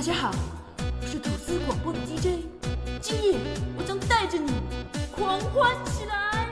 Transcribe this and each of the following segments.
家好，我是吐司广播的 DJ， 今夜我将带着你狂欢起来。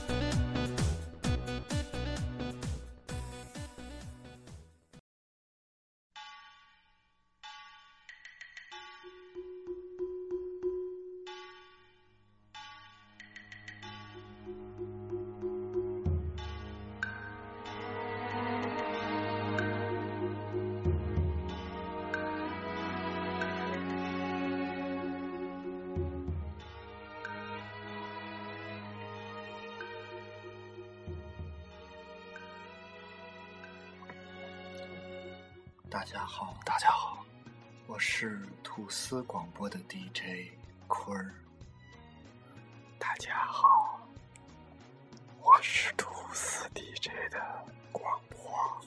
大家好，我是吐司广播的 DJ 坤儿。 大家好，我是吐司 DJ 的广播。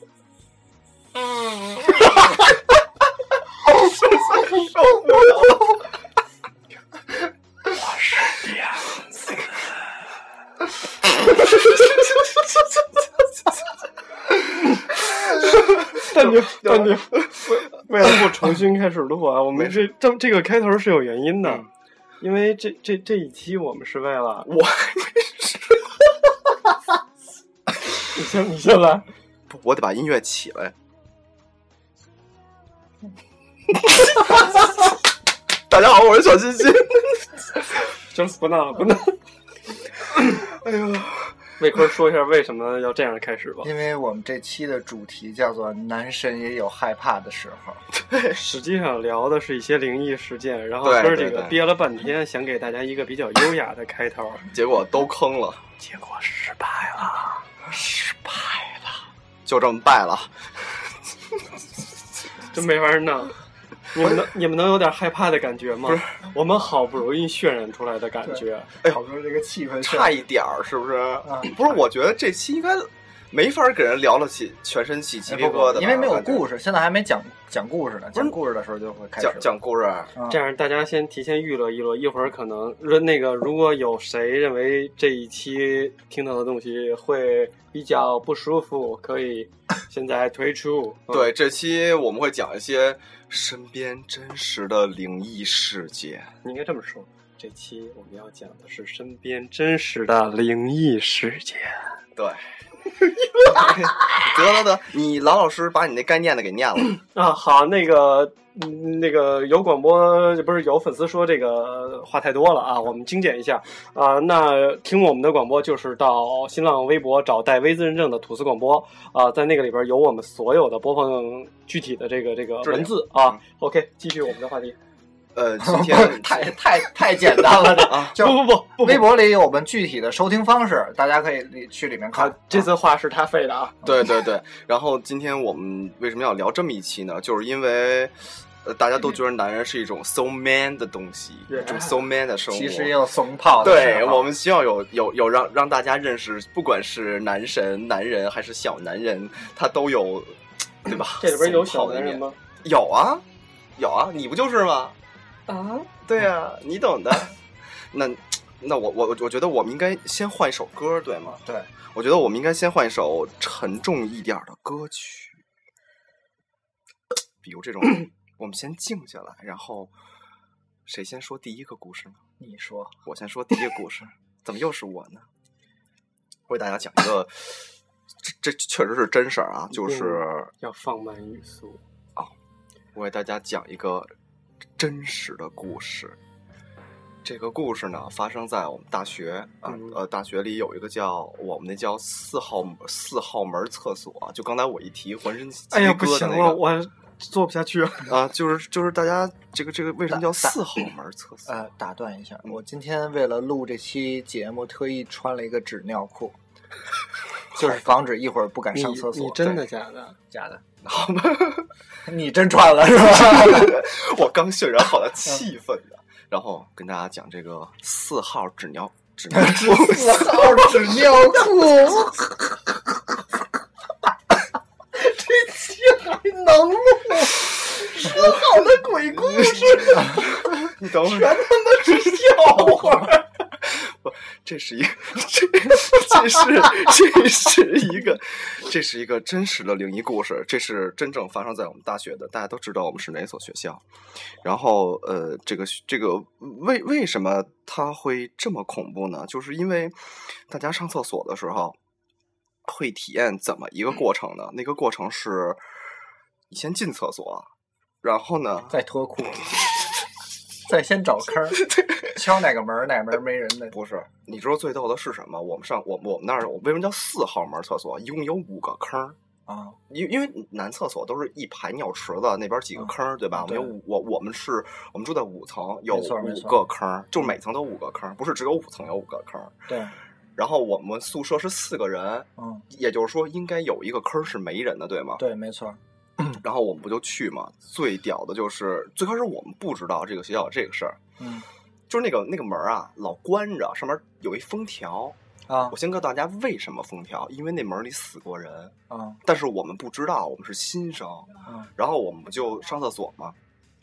受不了了，我是梁子。淡定，为了不重新开始录啊，我们这个开头是有原因的，因为这一期我们是为了我还没说，你先来， 不，我得把音乐起来。大家好，我是小欣欣。 行，不闹了。哎呦。魏坤说一下为什么要这样开始吧。 因为我们这期的主题叫做男神也有害怕的时候。 对，实际上聊的是一些灵异事件，然后哥几个憋了半天，想给大家一个比较优雅的开头， 结果都坑了， 结果失败了， 就这么败了， 真没法弄。你们能有点害怕的感觉吗？不是，我们好不容易渲染出来的感觉， 哎，好多这个气氛差一点儿，是不是？不是，我觉得这期应该没法给人聊得起全身起鸡皮疙瘩， 因为没有故事，现在还没讲故事呢。讲故事的时候就会开始讲故事。 这样大家先提前娱乐一乐，一会儿可能如果有谁认为这一期听到的东西会比较不舒服，可以现在退出。 对，这期我们会讲一些身边真实的灵异事件。 你应该这么说，这期我们要讲的是身边真实的灵异事件。 对。得，你老实把你那该念的给念了啊！好，那个有广播不是有粉丝说这个话太多了啊，我们精简一下啊。那听我们的广播就是到新浪微博找带微字认证的吐司广播啊，在那个里边有我们所有的播放具体的这个文字啊。OK， 继续我们的话题。 今天太简单了啊！ 不， 微博里有我们具体的收听方式，大家可以去里面看。 这次话是他废的啊！ 对。然后今天我们为什么要聊这么一期呢？就是因为大家都觉得男人是一种 so man 的东西，一种 so man 的生活。 其实也有怂炮的。 对，我们希望有让大家认识，不管是男神、男人还是小男人，他都有，对吧？ 这里边有小男人吗？ 有啊，你不就是吗？ 啊， 对啊，你懂的。那我觉得我们应该先换一首歌，对吗？ 对， 我觉得我们应该先换一首沉重一点的歌曲，比如这种，我们先静下来，然后谁先说第一个故事呢？ 你说， 我先说第一个故事。怎么又是我呢？我给大家讲一个，这确实是真事儿啊，就是要放慢语速啊。我给大家讲一个真实的故事。这个故事呢，发生在我们大学啊，大学里有一个我们那叫四号门厕所啊。就刚才我一提，浑身鸡皮疙瘩。 哎呀，不行了，我做不下去了啊！就是大家这个为什么叫4号门厕所？ 打断一下，我今天为了录这期节目，特意穿了一个纸尿裤，就是防止一会儿不敢上厕所。 你真的假的？ 假的。 好吧， 你真穿了是吧？ 我刚渲染好了气氛的。然后跟大家讲这个4号纸尿裤 ，4号纸尿裤，这期还能录，4号的鬼故事， 你等会儿， 全他妈是笑话。 不，这是一个， 这是一个真实的灵异故事，这是真正发生在我们大学的。大家都知道我们是哪所学校，然后这个为什么它会这么恐怖呢？就是因为大家上厕所的时候会体验怎么一个过程呢？那个过程是你先进厕所，然后呢再脱裤子。再先找坑，敲哪个门哪门没人的。 不是，你知道最逗的是什么？我们那儿为什么叫4号门厕所？一共有5个坑啊， 因为男厕所都是一排尿池子，那边几个坑，对吧？ 对， 我们住在5层，有5个坑，就每层都5个坑，不是只有5层有5个坑。 对。 然后我们宿舍是4个人，也就是说应该有一个坑是没人的，对吗？ 对，没错。 然后我们不就去嘛？最屌的就是最开始我们不知道这个学校有这个事儿，就是那个门啊老关着，上面有一封条啊。我先告诉大家为什么封条，因为那门里死过人啊。但是我们不知道，我们是新生，然后我们就上厕所嘛。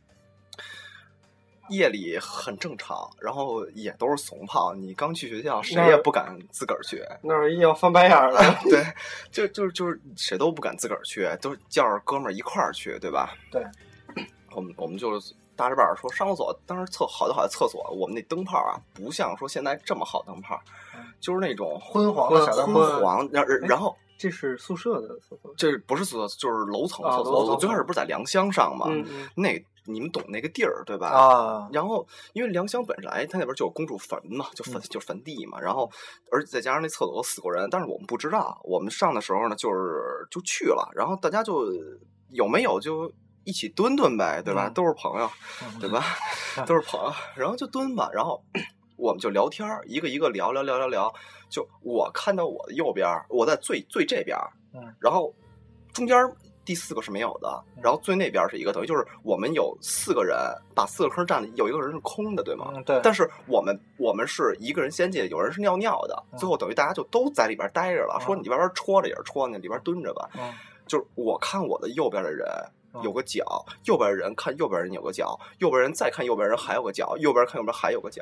夜里很正常，然后也都是怂炮。你刚去学校，谁也不敢自个儿去。 那要翻白眼了。 对，就是谁都不敢自个儿去，都叫着哥们儿一块儿去，对吧？ 对。 我们就搭着伴儿说上厕所。当时好的厕所，我们那灯泡啊，不像说现在这么好灯泡，就是那种昏黄的小灯泡。然后这是宿舍的厕所， 这不是宿舍，就是楼层厕所。我最开始不是在良乡上嘛，你们懂那个地儿对吧？啊，然后因为良乡本来它那边就有公主坟嘛，就坟地嘛，然后而且再加上那厕所死过人，但是我们不知道，我们上的时候呢就去了，然后大家就有没有就一起蹲呗，对吧？都是朋友，对吧？都是朋友，然后就蹲吧，然后我们就聊天，一个一个聊，就我看到我的右边，我在最这边，然后中间第4个是没有的，然后最那边是一个，等于就是我们有4个人，把4个坑占了，有一个人是空的，对吗？ 对。 但是我们是一个人先进，有人是尿的，最后等于大家就都在里边待着了。说你外边戳着也是戳，那里边蹲着吧。就是我看我的右边的人有个角，右边的人看右边人有个角，右边人再看右边人还有个角，右边看右边还有个角，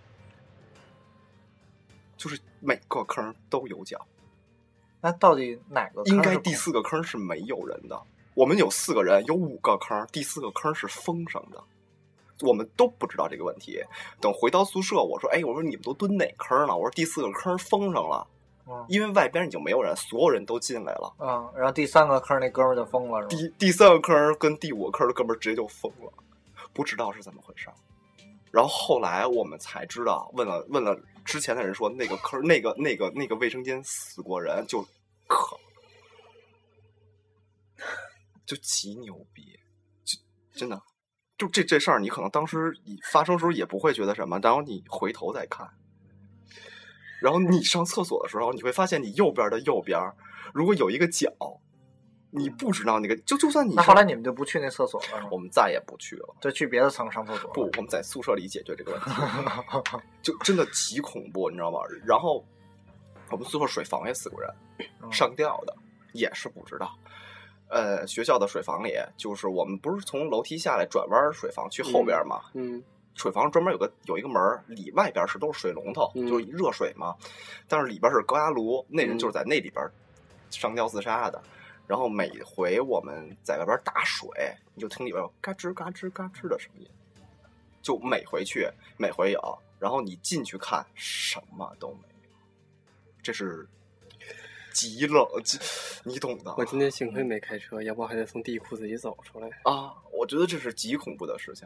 就是每个坑都有角。 那到底哪个坑？ 应该第4个坑是没有人的。我们有4个人，有5个坑，第4个坑是封上的。我们都不知道这个问题。等回到宿舍，我说你们都蹲哪坑了？我说第4个坑封上了，因为外边已经没有人，所有人都进来了。 然后第3个坑那哥们就疯了，是吧？第3个坑跟第5个坑的哥们直接就疯了，不知道是怎么回事。然后后来我们才知道，问了之前的人说，那个坑那个卫生间死过人，就极牛逼，就真的就这事儿，你可能当时发生时候也不会觉得什么，然后你回头再看，然后你上厕所的时候，你会发现你右边的右边如果有一个角。你不知道那个，就算你那后来你们就不去那厕所了？ 我们再也不去了， 就去别的层上厕所。 不，我们在宿舍里解决这个问题，就真的极恐怖，你知道吗？然后我们宿舍水房也死过人，上吊的也是不知道。学校的水房里，就是我们不是从楼梯下来转弯水房去后边嘛？水房专门有一个门，里外边都是水龙头，就是热水嘛。但是里边是高压炉，那人就是在那里边上吊自杀的。然后每回我们在外边打水，你就听里边有嘎吱嘎吱嘎吱的声音，就每回有，然后你进去看什么都没有，这是极冷，你懂的。 我今天幸亏没开车，要不还得从地库自己走出来啊！我觉得这是极恐怖的事情，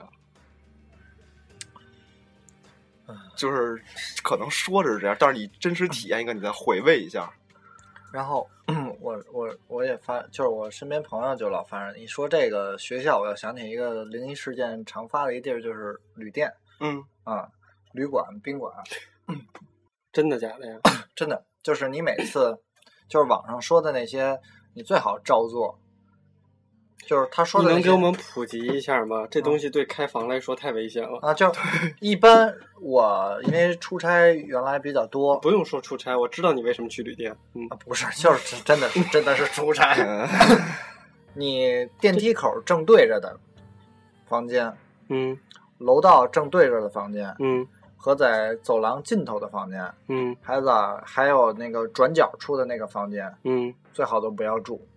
就是可能说着是这样，但是你真实体验一个，你再回味一下。 然后我也就是我身边朋友就老发生。你说这个学校，我要想起一个灵异事件常发的一地儿，就是旅店。旅馆、宾馆。 真的假的呀？ 真的，就是你每次就是网上说的那些，你最好照做。就是他说的， 你能给我们普及一下吗？这东西对开房来说太危险了啊！就一般我因为出差原来比较多， 不用说出差，我知道你为什么去旅店。 不是，就是真的是出差。你电梯口正对着的房间，楼道正对着的房间， 和在走廊尽头的房间，还有那个转角处的那个房间，最好都不要住。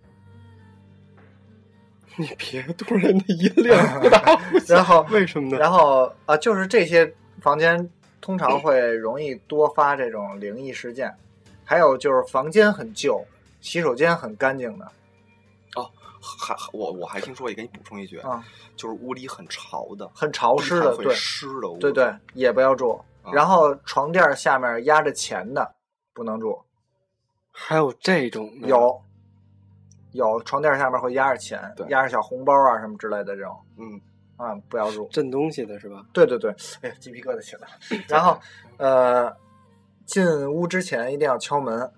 你别突然的音量不大然后为什么呢？ 然后就是这些房间通常会容易多发这种灵异事件，还有就是房间很旧，洗手间很干净的。 哦，我还听说，也给你补充一句就是屋里很潮的、 很潮湿的，对， 湿的屋， 对，也不要住。然后床垫下面压着钱的不能住。 还有这种呢？ 有床垫下面会压着钱，压着小红包啊什么之类的这种，不要住。 震东西的是吧？ 对，哎呀，鸡皮疙瘩起来了。然后进屋之前一定要敲门。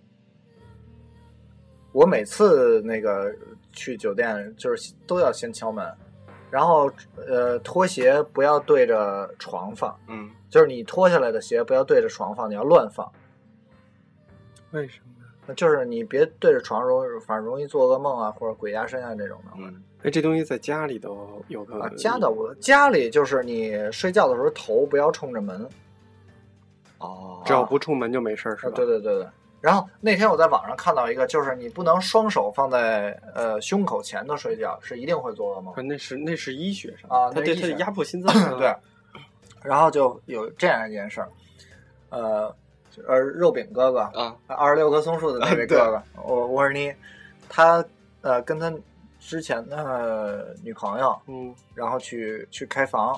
我每次那个去酒店就是都要先敲门，然后拖鞋不要对着床放，就是你脱下来的鞋不要对着床放，你要乱放。 为什么？ 就是你别对着床反正容易做噩梦啊，或者鬼压身啊这种的。 哎，这东西在家里都有个家里就是你睡觉的时候头不要冲着门。 只要不冲门就没事是吧？ 对。然后那天我在网上看到一个，就是你不能双手放在胸口前头睡觉，是一定会做噩梦。 那是医学上它压迫心脏。 对。然后就有这样一件事儿，肉饼哥哥26棵松树的那位哥哥，沃尔尼，他跟他之前的女朋友，然后去开房。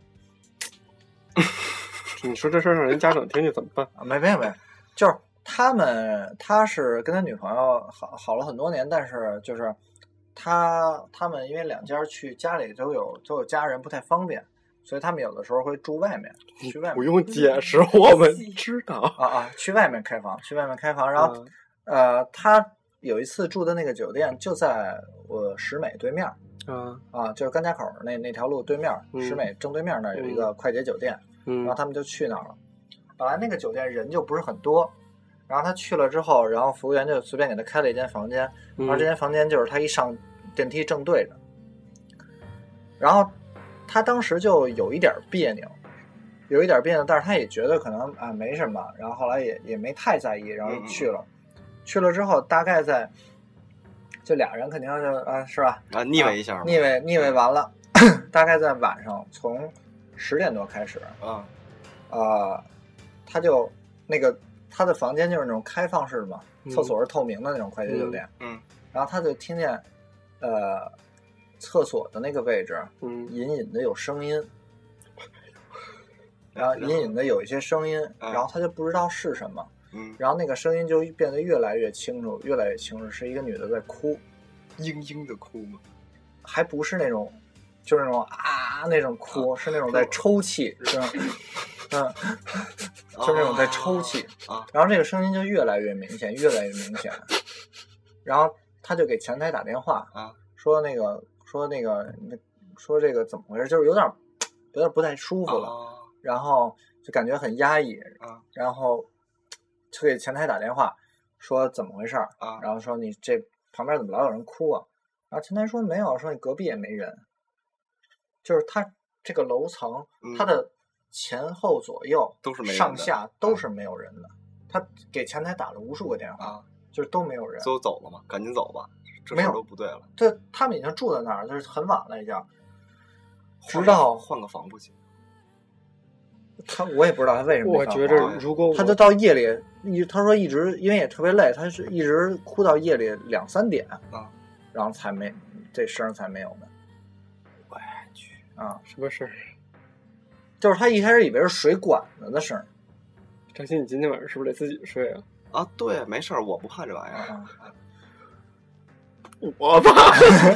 你说这事让人家长听见怎么办？ 没，就是他是跟他女朋友好了很多年，但是就是他们因为两家去家里都有家人，不太方便。所以他们有的时候会住外面，去外面。 不用解释，我们知道。 去外面开房，然后他有一次住的那个酒店就在石美对面，就是甘家口那条路对面，石美正对面那儿有一个快捷酒店，然后他们就去那儿了。本来那个酒店人就不是很多，然后他去了之后，然后服务员就随便给他开了一间房间，然后这间房间就是他一上电梯正对着，然后他当时就有一点别扭，但是他也觉得可能没什么，然后后来也没太在意，然后去了之后，大概就俩人肯定是吧？ 腻味一下， 腻味完了，大概在晚上从10点多开始，他就那个他的房间就是那种开放式的嘛，厕所是透明的那种快捷酒店，然后他就听见厕所的那个位置，隐隐的有声音，然后隐隐的有一些声音，然后他就不知道是什么，然后那个声音就变得越来越清楚，是一个女的在哭， 嘤的哭吗？ 还不是那种，就是那种那种哭，是那种在抽泣，是那种在抽泣，然后这个声音就越来越明显，然后他就给前台打电话说这个怎么回事，就是有点不太舒服了，然后就感觉很压抑，然后就给前台打电话说怎么回事然后说你这旁边怎么老有人哭啊？然后前台说没有，说你隔壁也没人，就是他这个楼层，他的前后左右都是没人的， 上下都是没有人的，他给前台打了无数个电话就是都没有人， 都走了吗？赶紧走吧，这事都不对了。 对，他们已经住在那儿，就是很晚了已经。直到换个房不行。 我也不知道他为什么。 我觉着如果他就到夜里，他说一直因为也特别累，他是一直哭到夜里2、3点然后这声才没有呢。 我去什么事儿？ 就是他一开始以为是水管子的声。 张鑫，你今天晚上是不是得自己睡啊？ 对，没事儿，我不怕这玩意儿。 我怕。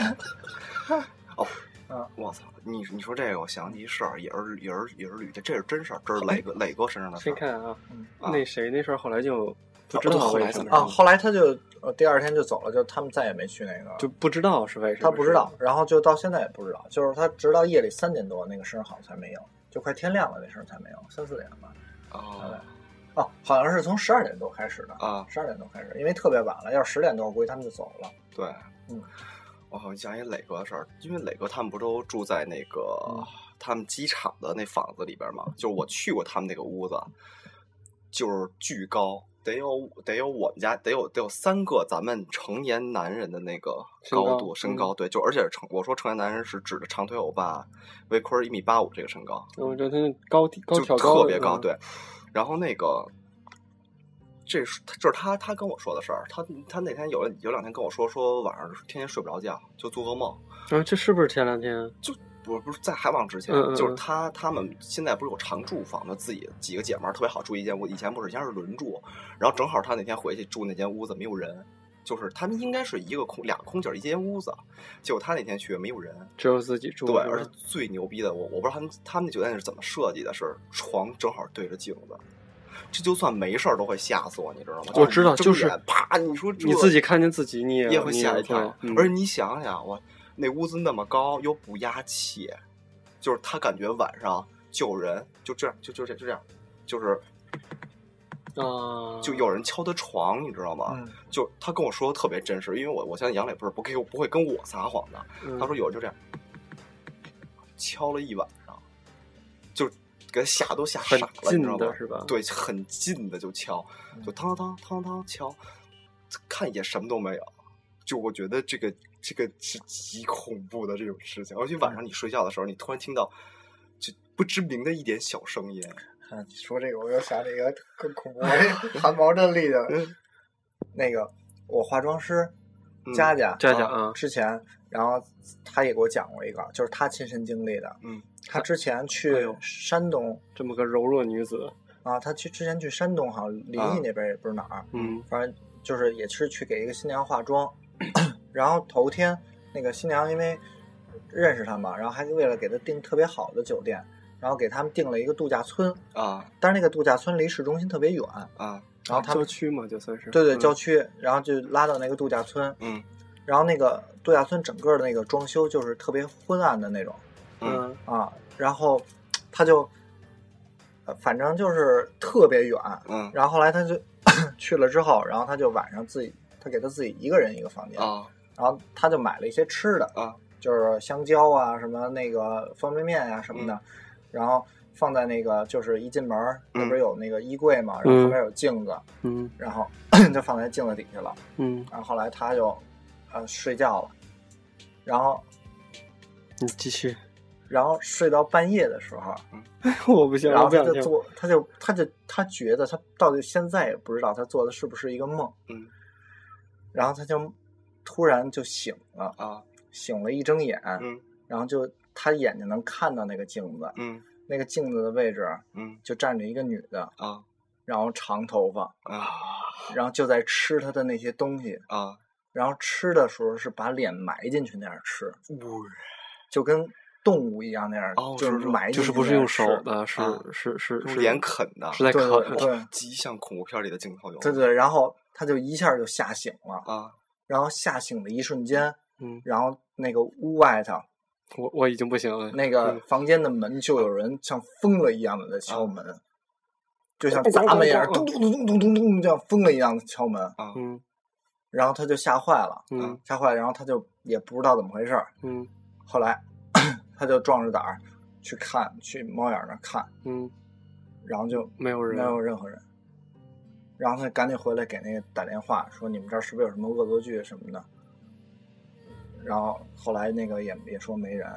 我操！你说这个，我想起一事儿，也是旅的，这是真事儿，这是磊哥身上的事儿。 先看那谁那事儿后来就不知道为什么后来他就第2天就走了，就他们再也没去那个， 就不知道是为什么。 他不知道，然后就到现在也不知道，就是他直到夜里3点多那个声好像才没有，就快天亮了那声才没有，3、4点吧。好像是从12点多开始的12点多开始，因为特别晚了，要是10点多，我估计他们就走了。 对，我好像讲一磊哥的事儿，因为磊哥他们不都住在那个他们机场的那房子里边嘛，就是我去过他们那个屋子，就是巨高，得有我们家得有3个咱们成年男人的那个高度身高，对，就而且我说成年男人是指的长腿欧巴，围坤1.85米这个身高， 这他高挑就特别高，对。然后那个，这是就是他跟我说的事儿，他那天有2天跟我说晚上天天睡不着觉，就做噩梦。 这是不是前2天？ 就不是在海网之前，就是他们现在不是有长住房的，自己几个姐们儿特别好住一间屋，以前是轮住，然后正好他那天回去住那间屋子没有人，就是他们应该是2个空姐一间屋子，结果他那天去没有人， 只有自己住。 对，而且最牛逼的，我不知道他们那酒店是怎么设计的，是床正好对着镜子。这就算没事儿都会吓死我，你知道吗？ 我知道，就是啪，你说你自己看见自己，你也会吓一跳。而且你想想，我那屋子那么高，又不压气，就是他感觉晚上救人就这样，就这样，就是就有人敲他床，你知道吗？就他跟我说特别真实，因为我相信杨磊不会跟我撒谎的。他说有人就这样敲了一晚上，就。给他吓傻了，你知道吗？ 是吧？ 对，很近的就敲，就汤敲，看一眼什么都没有。就我觉得这个是极恐怖的这种事情，而且晚上你睡觉的时候，你突然听到就不知名的一点小声音。 你说这个，我又想起一个更恐怖、汗毛站立的。那个我化妆师佳佳之前，然后他也给我讲过一个，就是他亲身经历的。他之前去山东， 这么个柔弱女子啊，他之前去山东，好像临沂那边也不是哪儿，反正就是也是去给一个新娘化妆，然后头天那个新娘因为认识他嘛，然后还为了给他订特别好的酒店，然后给他们订了一个度假村啊，但是那个度假村离市中心特别远啊，然后他郊区嘛，就算是对郊区，然后就拉到那个度假村，然后那个度假村整个的那个装修就是特别昏暗的那种。然后他就反正就是特别远，然后后来他就去了之后，然后他就晚上他给他自己一个人一个房间然后他就买了一些吃的就是香蕉啊什么那个方便面啊什么的，然后放在那个就是一进门那边有那个衣柜嘛，然后旁边有镜子，然后就放在镜子底下了，然后后来他就睡觉了，然后你继续。 然后睡到半夜的时候， 我不行， 然后他觉得他到底现在也不知道他做的是不是一个梦，然后他就突然就醒了醒了一睁眼，然后就他眼睛能看到那个镜子，那个镜子的位置，就站着一个女的然后长头发然后就在吃他的那些东西然后吃的时候是把脸埋进去那样吃，就跟动物一样那样，就是埋进去， 就是不是用手的，是脸啃的， 是在啃， 对， 极像恐怖片里的镜头。 对，然后他就一下就吓醒了然后吓醒的一瞬间，然后那个屋外头， 我已经不行了， 那个房间的门就有人像疯了一样的在敲门，就像砸门一样，咚咚咚咚咚咚咚，像疯了一样的敲门然后他就吓坏了，吓坏了，然后他就也不知道怎么回事后来他就壮着胆儿去猫眼那看然后就没有任何人，然后他赶紧回来给那个打电话说你们这儿是不是有什么恶作剧什么的，然后后来那个也说没人，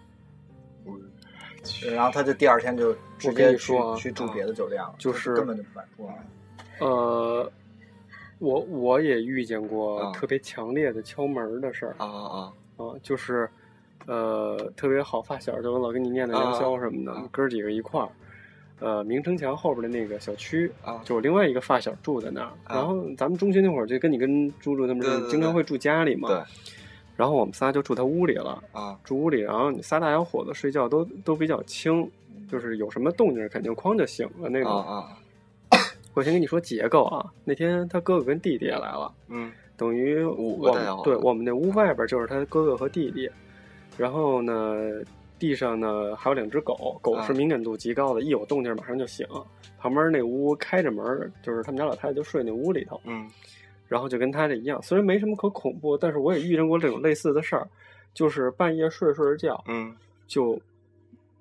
然后他就第2天就直接去住别的酒店了， 就是根本就不敢出来。 我也遇见过特别强烈的敲门的事儿就是特别好发小，就我老跟你念的元宵什么的，哥几个一块儿，明城墙后边的那个小区就我另外一个发小住在那儿，然后咱们中学那会儿就跟猪猪他们经常会住家里嘛，然后我们仨就住他屋里了住屋里，然后你仨大小伙子睡觉都比较轻，就是有什么动静肯定哐就醒了那种我先跟你说结构那天他哥哥跟弟弟也来了，等于我们那屋外边就是他哥哥和弟弟，然后呢地上呢还有2只狗是敏感度极高的，一有动静马上就醒，旁边那屋开着门，就是他们家老太太就睡那屋里头然后就跟他这一样，虽然没什么可恐怖，但是我也遇见过这种类似的事儿，就是半夜睡着觉就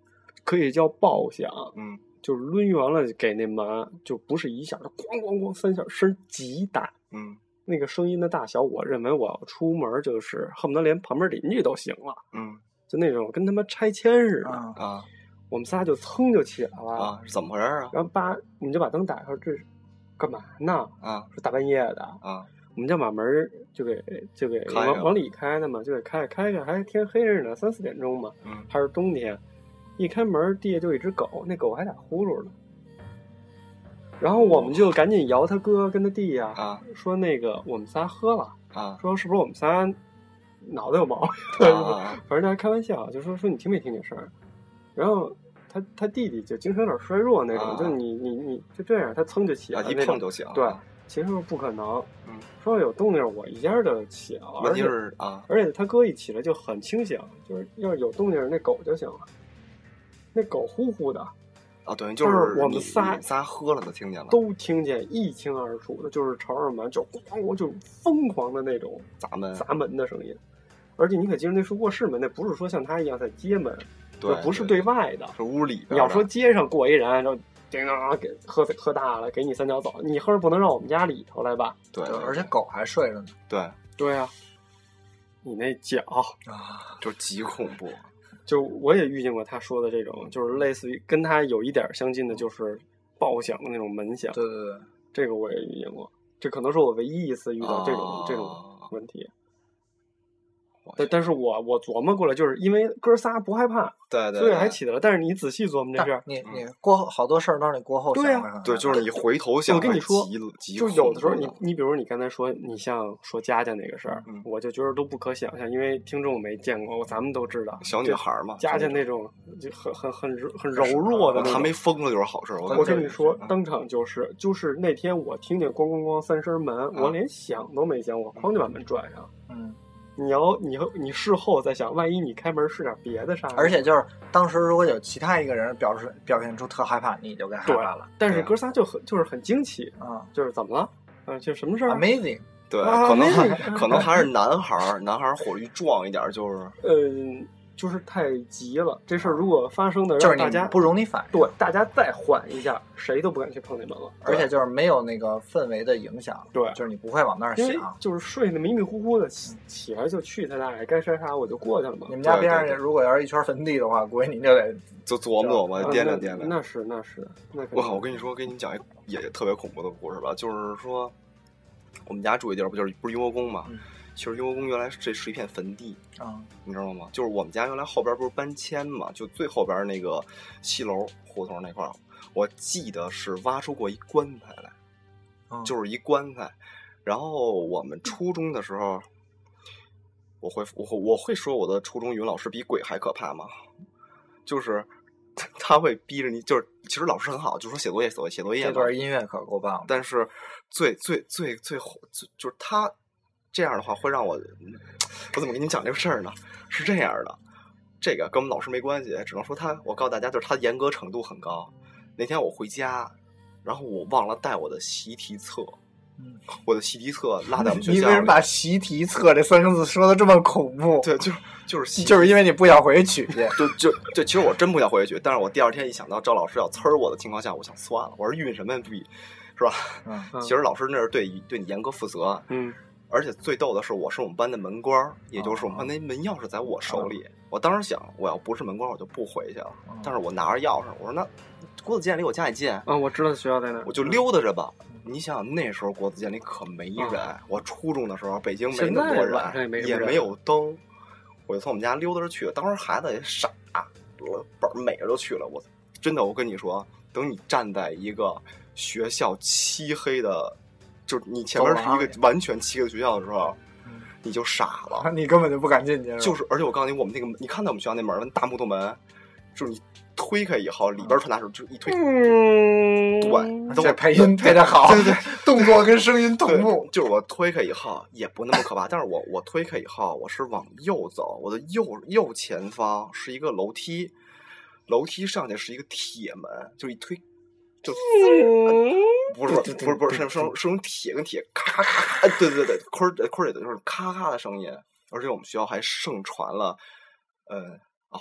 可以叫爆响，就是抡圆了给那门，就不是一下，就咣咣咣3下，声极大，那个声音的大小，我认为我要出门就是恨不得连旁边邻居都醒了，就那种跟他妈拆迁似的啊。 我们仨就噌就起来了啊，是怎么回事啊？ 然后我们就把灯打开，这是干嘛呢？ 啊， 是大半夜的啊， 我们就把门就给往里开的嘛，就给开开，还天黑着呢，3、4点钟嘛，还是冬天，一开门地下就一只狗，那狗还打呼噜呢。然后我们就赶紧摇他哥跟他弟呀，说那个我们仨喝了啊，说是不是我们仨脑袋有毛病？反正他还开玩笑，就说你听没听这声？然后他弟弟就精神有点衰弱那种，就你就这样，他噌就起来， 一碰就行。 对，其实不可能。说有动静，我一下就起来了。 问题是而且他哥一起来就很清醒，就是要是有动静，那狗就行了。那狗呼呼的。 等于就是我们仨喝了都听见了， 都听见一清二楚的，就是朝着门就咣，就疯狂的那种砸门的声音。而且你可记住，那是卧室门，那不是说像他一样在街门。 对， 不是对外的， 是屋里边。 你要说街上过一人，就叮当给喝大了，给你3脚走，你喝不能让我们家里头来吧？ 对， 而且狗还睡着呢。 对啊，你那脚就极恐怖。 就我也遇见过他说的这种，就是类似于跟他有一点相近的，就是爆响的那种门响。 对， 这个我也遇见过，这可能是我唯一一次遇到这种问题。但是我琢磨过来，就是因为哥仨不害怕， 对， 所以还起来了。但是你仔细琢磨这事， 你过好多事儿都是你过后想的。 对， 就是你回头想。 我跟你说，就有的时候你比如你刚才说，你像说佳佳那个事儿，我就觉得都不可想象，因为听众没见过，咱们都知道， 小女孩嘛， 佳佳那种就很柔弱的， 还没疯了就是好事。 我跟你说，当场就是那天我听见咣咣咣3声门，我连想都没想，我哐就把门拽上。你事后再想，万一你开门是点别的啥？ 而且就是当时如果有其他一个人表现出特害怕，你就该害怕了。 但是哥仨就是很惊奇啊，就是怎么了？就什么事儿 ？Amazing。 对，可能还是男孩火力壮一点，就是就是太急了。这事儿如果发生的， 就是大家不容易反应。 对，大家再缓一下，谁都不敢去碰那门了。 而且就是没有那个氛围的影响。 对， 就是你不会往那儿想， 就是睡得迷迷糊糊的，起来就去他大爷，该杀啥我就过去了嘛。 你们家边上如果要是一圈坟地的话，估计你就得琢磨掂量。 那是。 我跟你说，给你们讲一也特别恐怖的故事吧，就是说我们家住一地儿不是雍和宫嘛。其实雍和宫原来这是一片坟地你知道吗？就是我们家原来后边不是搬迁嘛，就最后边那个西楼胡同那块儿，我记得是挖出过一棺材来，就是一棺材。然后我们初中的时候，我会说我的初中语文老师比鬼还可怕吗？就是他会逼着你，就是其实老师很好，就说写作业。 这段音乐可够棒， 但是最就是他。这样的话会让我怎么跟你讲这个事儿呢？是这样的，这个跟我们老师没关系，只能说我告诉大家，就是他严格程度很高。那天我回家，然后我忘了带我的习题册，我的习题册落在我们学校。 你为什么把习题册这3个字说的这么恐怖？ 对，就是因为你不想回去取去。 就其实我真不想回去取，但是我第二天一想到赵老师要呲我的情况下，我想算了，我说运什么笔，是吧？其实老师那是对你严格负责。而且最逗的是，我是我们班的门官，也就是我们班那门钥匙在我手里。我当时想，我要不是门官，我就不回去了。但是我拿着钥匙，我说那国子监离我家也近我知道学校在哪， 我就溜达着吧。你想想那时候国子监里可没人，我初中的时候北京没那么多人，也没有灯，我就从我们家溜达着去。当时孩子也傻，我本美着就去了。我真的，我跟你说，等你站在一个学校漆黑的。就是你前面是一个完全漆黑的学校的时候，你就傻了， 你根本就不敢进去。 而且我告诉你，我们那个，你看到我们学校那门大木头门，就是你推开以后，里边传达时候就一推，对， 这配音配得好， 对， 动作跟声音同步。 就是我推开以后也不那么可怕，但是我推开以后，我是往右走，我的右前方是一个楼梯，楼梯上去是一个铁门，就一推。就不是是用铁跟铁咔咔咔，对，坤儿的就是咔咔的声音，而且我们学校还盛传了，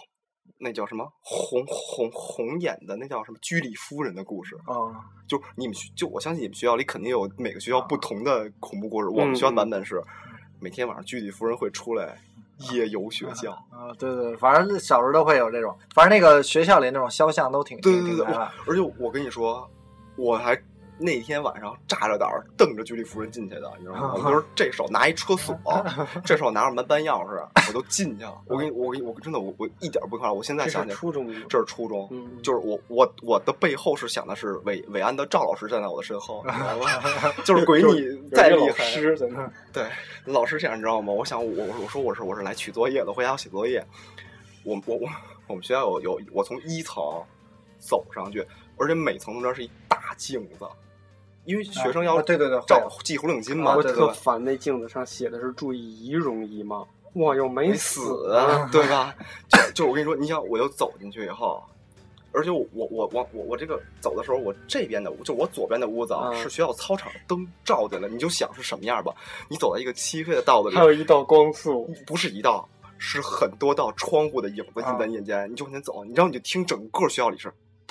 那叫什么红眼的那叫什么居里夫人的故事就你们就我相信你们学校里肯定有每个学校不同的恐怖故事。我们学校版本是每天晚上居里夫人会出来夜游学校对对，反正小时候都会有这种，反正那个学校里那种肖像都挺对，而且我跟你说，我还那天晚上炸着胆儿瞪着居里夫人进去的，你知道吗？我说这手拿一车锁，这手拿着门班钥匙，我都进去了。我真的我一点不夸张。我现在想起来，这是初中，就是我的背后是想的是伟安的赵老师站在我的身后，就是鬼你再厉害，对老师这样你知道吗？我想我说我是来取作业的，回家要写作业。我们学校有我从1层走上去，而且每层中间是一大镜子。因为学生要对照记葫芦巾嘛， 我特烦那镜子上写的是注意仪容仪嘛，我又没死， 对吧？就我跟你说，你想我又走进去以后，而且我这个走的时候，我这边的就我左边的屋子是学校操场灯照进来，你就想是什么样吧？你走到一个漆黑的道子里， 还有一道光束， 不是一道，是很多道窗户的影子进在眼前，你就往前走，然后你就听整个学校里是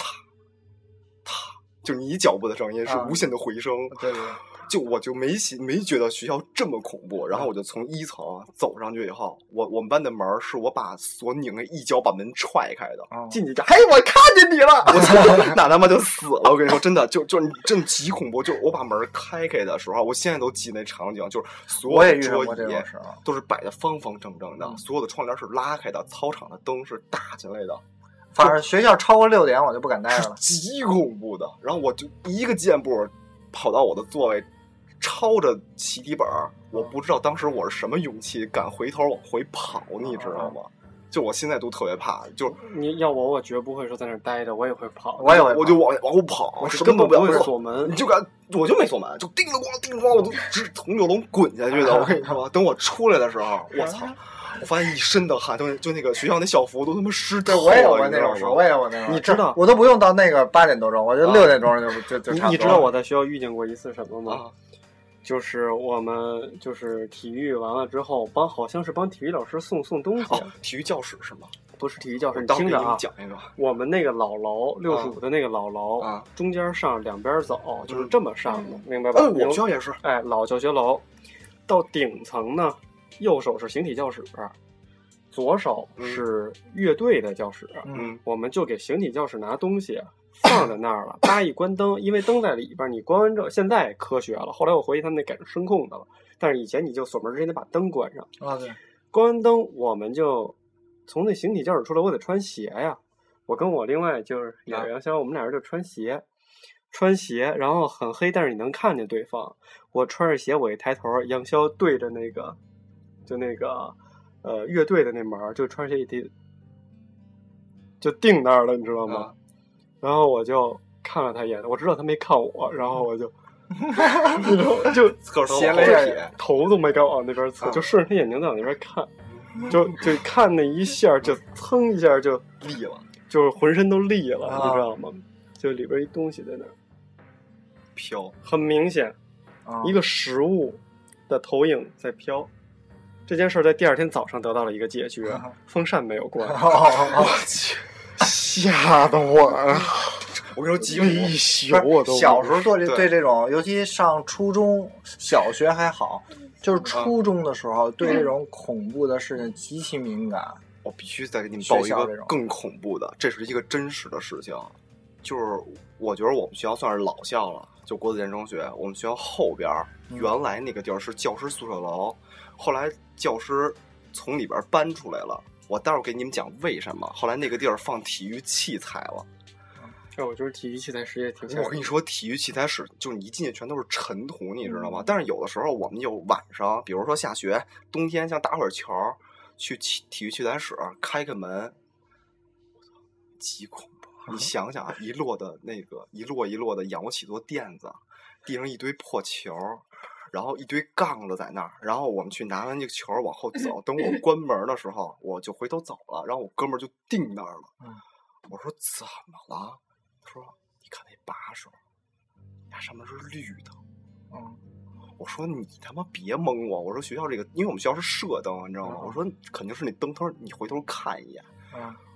就你脚步的声音是无限的回声， 对， 就我就没觉得学校这么恐怖，然后我就从1层走上去以后，我们班的门是我把锁拧了一脚把门踹开的，进去就嘿，我看见你了，我操，那他妈就死了！我跟你说，真的就你真极恐怖，就我把门开的时候，我现在都记那场景，就是所有的桌椅都是摆的方方正正的，所有的窗帘是拉开的，操场的灯是打进来的。 反正学校超过6点我就不敢待了， 是极恐怖的。然后我就一个箭步跑到我的座位，抄着习题本，我不知道当时我是什么勇气敢回头往回跑，你知道吗？就我现在都特别怕，就你要我绝不会说在那儿待着，我也会跑， 我就往后跑， 我根本不会锁门， 你就敢，我就没锁门，就叮了咣，我都直从6楼滚下去的。我跟你说，等我出来的时候，我操！我发现一身的汗，就那个学校那校服都他妈湿透了。 我也有过那种时候，我也有过那种。 你知道， 我都不用到那个8点多钟，我就6点钟就差不多。 你知道我在学校遇见过一次什么吗？就是我们就是体育完了之后，好像是帮体育老师送东西。 体育教室是吗？ 不是体育教室，你听着啊， 讲一个。 我们那个老楼65的那个老楼中间上两边走，就是这么上的，明白吧？ 我们学校也是。 哎，老教学楼到顶层呢。右手是形体教室，左手是乐队的教室。我们就给形体教室拿东西放在那儿了。叭一关灯，因为灯在里边，你关完之后，现在科学了。后来我回去，他们那改成声控的了。但是以前你就锁门之前得把灯关上。 对。 关完灯，我们就从那形体教室出来，我得穿鞋呀。我跟我另外就是杨潇，我们俩人就穿鞋，然后很黑，但是你能看见对方。我穿着鞋，我一抬头，杨潇对着那个。就那个乐队的那门就穿鞋一踢，就定那儿了，你知道吗？然后我就看了他一眼，我知道他没看我，然后我就就斜了一眼， 头都没敢往那边侧，就顺着他眼睛在往那边看，就看那一下，就噌一下就立了， 就是浑身都立了，你知道吗？就里边一东西在那儿飘， 很明显，一个实物的投影在飘。这件事在第2天早上得到了一个解决，风扇没有关。 我去，吓得我！我跟你说，急了一宿，我都。 小时候对这种，尤其上初中小学还好，就是初中的时候对这种恐怖的事情极其敏感。 我必须再给你们报一个更恐怖的，这是一个真实的事情。就是我觉得我们学校算是老校了，就国子监中学。我们学校后边原来那个地儿是教师宿舍楼。后来教师从里边搬出来了，我待会儿给你们讲为什么。后来那个地儿放体育器材了。 我觉得体育器材室也挺吓人。 我跟你说，体育器材室就是你一进去全都是尘土，你知道吗？但是有的时候我们有晚上，比如说下雪，冬天像打会儿球，去体育器材室开个门，极恐怖。你想想啊，一摞一摞的仰起多垫子，地上一堆破球。然后一堆杠子在那儿，然后我们去拿完这个球往后走，等我关门的时候，我就回头走了，然后我哥们儿就定那儿了。我说怎么了？他说你看那把手，它上面是绿的。我说你他妈别蒙我！我说学校这个，因为我们学校是射灯，你知道吗？我说肯定是那灯头，你回头看一眼。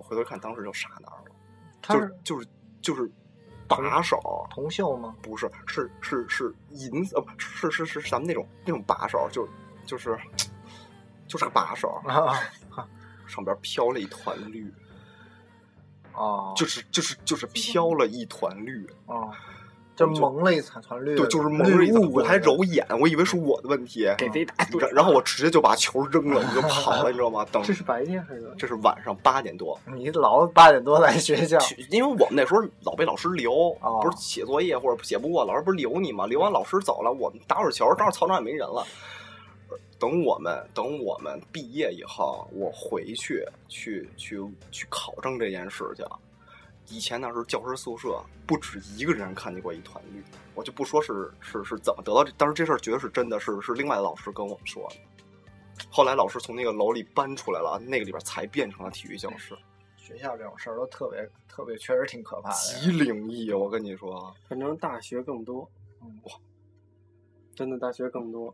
回头看当时就傻那儿了。 他就是把手铜锈吗？ 不是，是银色，是咱们那种把手，就是个把手上边飘了一团绿。 哦， 就是飘了一团绿。 哦。就蒙了一团绿， 对，就是蒙了一团。我还揉眼，我以为是我的问题， 给飞打， 然后我直接就把球扔了，我就跑了，你知道吗？ 这是白天还是？ 这是晚上8点多。 你老8点多来学校， 因为我们那时候老被老师留，不是写作业或者写不过，老师不是留你吗？留完老师走了，我们打会儿球，当时操场也没人了。等我们毕业以后，我回去考证这件事情。以前那时候教师宿舍不止一个人看见过一团绿，我就不说是怎么得到，当时这事儿绝对是真的，是另外的老师跟我们说的。后来老师从那个楼里搬出来了，那个里边才变成了体育教室。 学校这种事儿都特别，确实挺可怕的， 极灵异。我跟你说， 反正大学更多， 哇， 真的大学更多。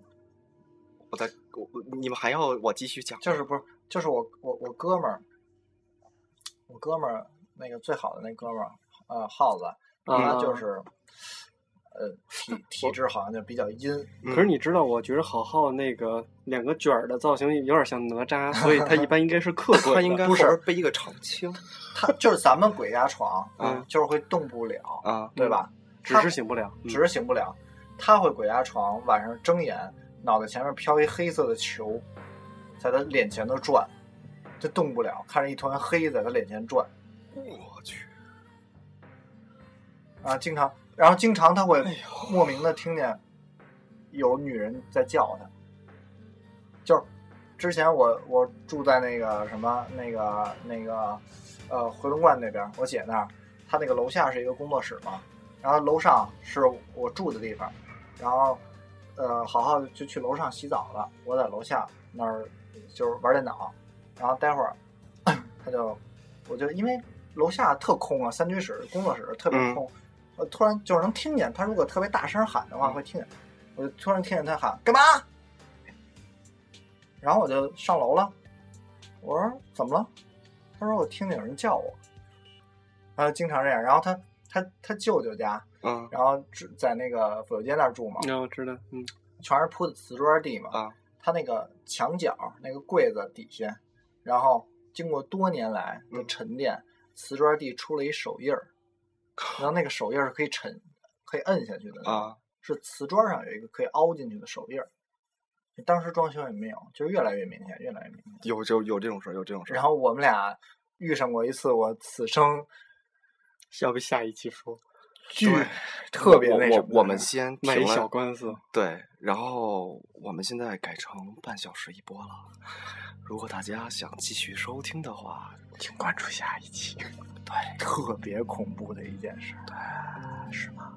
你们还要我继续讲？ 就是我哥们儿。那个最好的那哥们儿，耗子，他就是，体质好像就比较阴。 可是你知道，我觉得好那个2个卷儿的造型有点像哪吒，所以他一般应该是客柜的， 他应该不是背一个长青。 他就是咱们鬼压床，就是会动不了，对吧？ 只是醒不了， 他会鬼压床，晚上睁眼，脑袋前面飘一黑色的球，在他脸前头转，就动不了，看着一团黑在他脸前转。 我去经常他会莫名的听见有女人在叫他。就是之前我住在那个什么那个回龙观那边，我姐那儿，她那个楼下是一个工作室嘛，然后楼上是我住的地方，然后好就去楼上洗澡了，我在楼下那儿就是玩电脑，然后待会儿我就因为楼下特空啊，3居室工作室特别空，我突然就是能听见他，如果特别大声喊的话会听见，我就突然听见他喊干嘛，然后我就上楼了，我说怎么了？他说我听见有人叫我，然后经常这样，然后他舅舅家，然后在那个府右街那儿住嘛， 我知道， 全是铺的瓷砖地嘛，他那个墙角那个柜子底下，然后经过多年来的沉淀。瓷砖地出了一手印儿，然后那个手印是可以摁下去的是瓷砖上有一个可以凹进去的手印儿。当时装修也没有，就是越来越明显。有这种事，有这种事。 然后我们俩遇上过一次，我此生要不下一期说， 特别那什么。 我们先卖一小官司， 对，然后我们现在改成半小时一播了。如果大家想继续收听的话，请关注下一期。 对，特别恐怖的一件事。 对，是吗？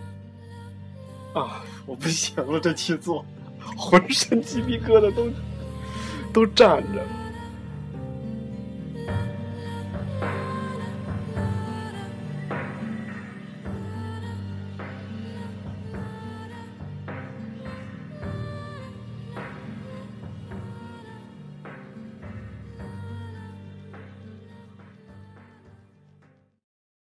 我不行了，这期做，浑身鸡皮疙瘩都站着。